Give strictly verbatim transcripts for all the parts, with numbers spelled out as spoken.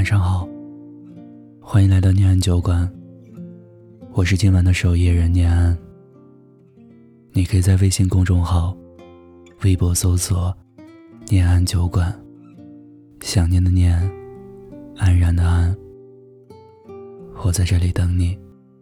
晚上好，欢迎来到念安酒馆，我是今晚的守夜人念安。你可以在微信公众号、微博搜索念安酒馆，想念的念，安然的安，我在这里等你。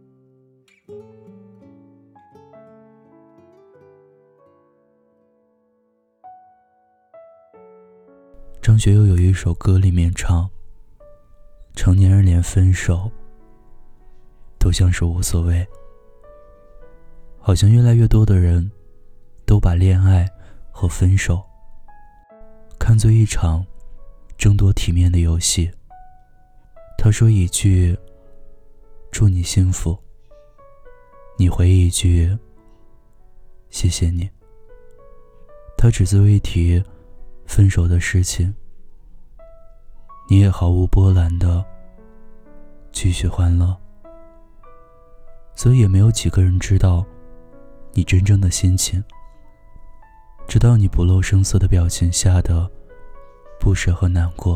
张学友有一首歌里面唱，成年人连分手都像是无所谓，好像越来越多的人都把恋爱和分手看作一场争夺体面的游戏。他说一句祝你幸福，你回一句谢谢你。他只字未提分手的事情，你也毫无波澜地继续欢乐，所以也没有几个人知道你真正的心情，知道你不露声色的表情下的不舍和难过。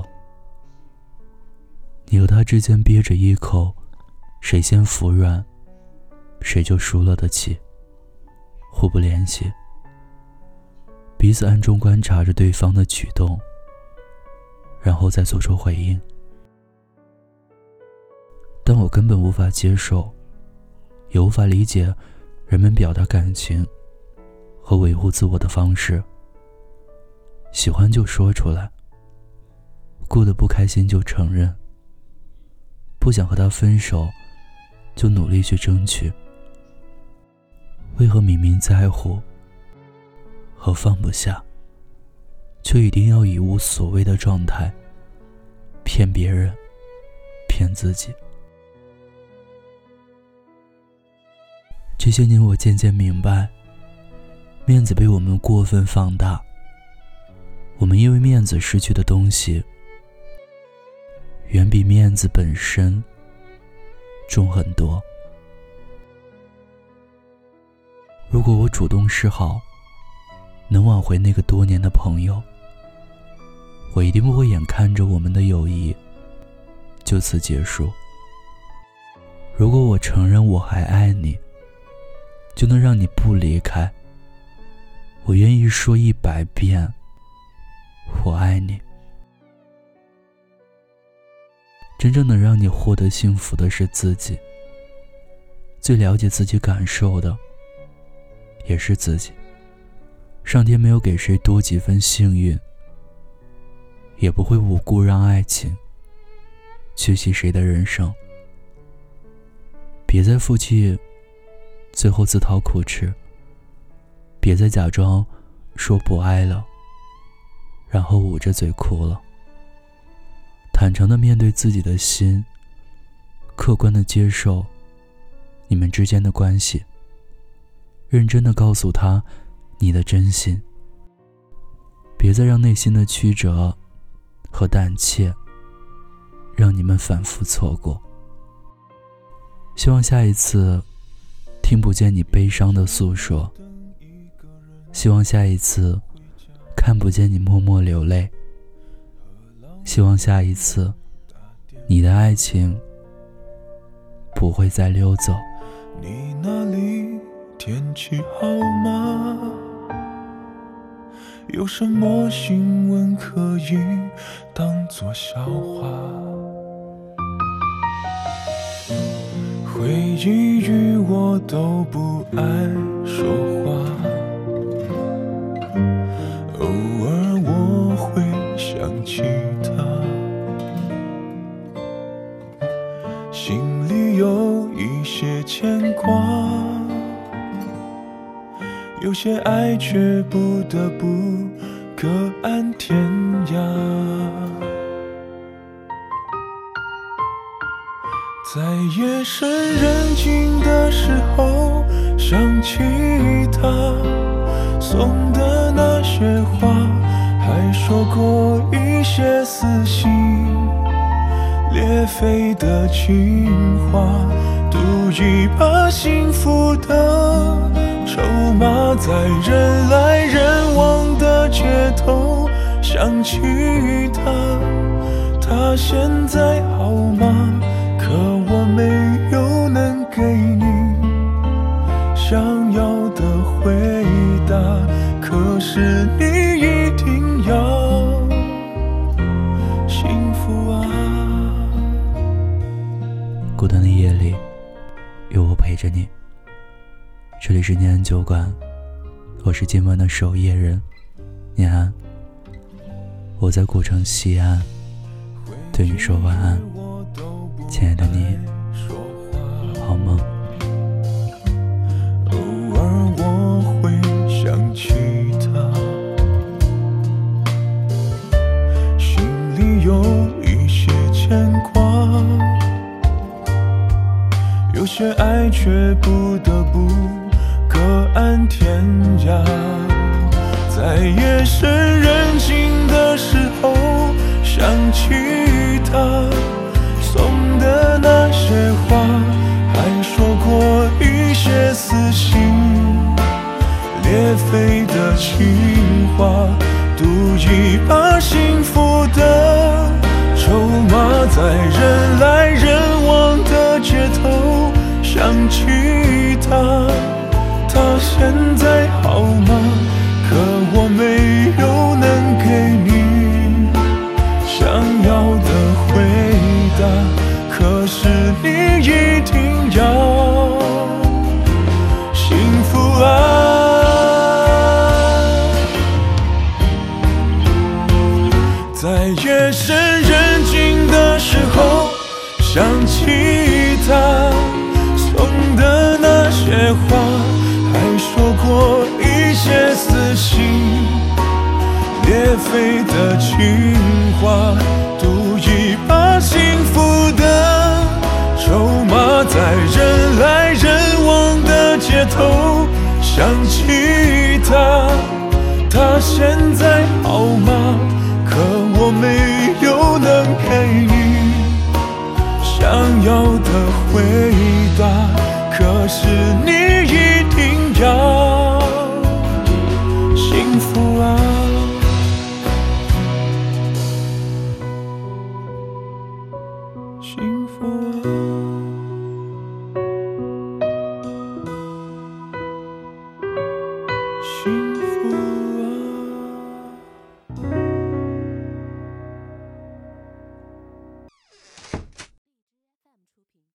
你和他之间憋着一口谁先服软谁就输了的气，互不联系，彼此暗中观察着对方的举动，然后再做出回应。但我根本无法接受，也无法理解人们表达感情和维护自我的方式。喜欢就说出来，过得不开心就承认，不想和他分手就努力去争取。为何明明在乎和放不下，却一定要以无所谓的状态骗别人骗自己？这些年我渐渐明白，面子被我们过分放大，我们因为面子失去的东西远比面子本身重很多。如果我主动示好，能挽回那个多年的朋友，我一定不会眼看着我们的友谊就此结束。如果我承认我还爱你，就能让你不离开，我愿意说一百遍我爱你。真正能让你获得幸福的是自己，最了解自己感受的也是自己。上天没有给谁多几分幸运，也不会无故让爱情缺席谁的人生。别再负气，最后自讨苦吃，别再假装说不爱了，然后捂着嘴哭了。坦诚地面对自己的心，客观地接受你们之间的关系，认真地告诉他你的真心，别再让内心的曲折和胆怯让你们反复错过。希望下一次听不见你悲伤的诉说，希望下一次看不见你默默流泪，希望下一次你的爱情不会再溜走。 你那里天气好吗？有什么新闻可以当作笑话？回忆与我都不爱说话，偶尔我会想起他，心里有一些牵挂，有些爱却不得不各安天涯。在夜深人静的时候想起他送的那些话，还说过一些撕心裂肺的情话，赌一把幸福的筹码，在人来人往的街头想起他， 他现在好吗？可我没有能给你想要的回答，可是你一定要幸福啊。 孤单的夜里有我陪着你，这里是念安酒馆，我是今晚的守夜人念安，我在古城西安对你说晚安，亲爱的你好梦。 偶尔我会想起他，心里有一些牵挂，有些爱却不得不各安天涯。在夜深人静的时候想起他送的那些话，还说过一些撕心裂肺的情话，赌一把幸福的筹码，在人来人往的街头想起他，他现在好吗？可我没有能给你想要的回答，可是你一定要幸福啊。在夜深人静的时候想起他送的那些话，还说过一些撕心裂肺的情话，赌一把幸福的筹码，在人来人往的街头想起他，他现在好吗？可我没有能给你想要的回答，可是你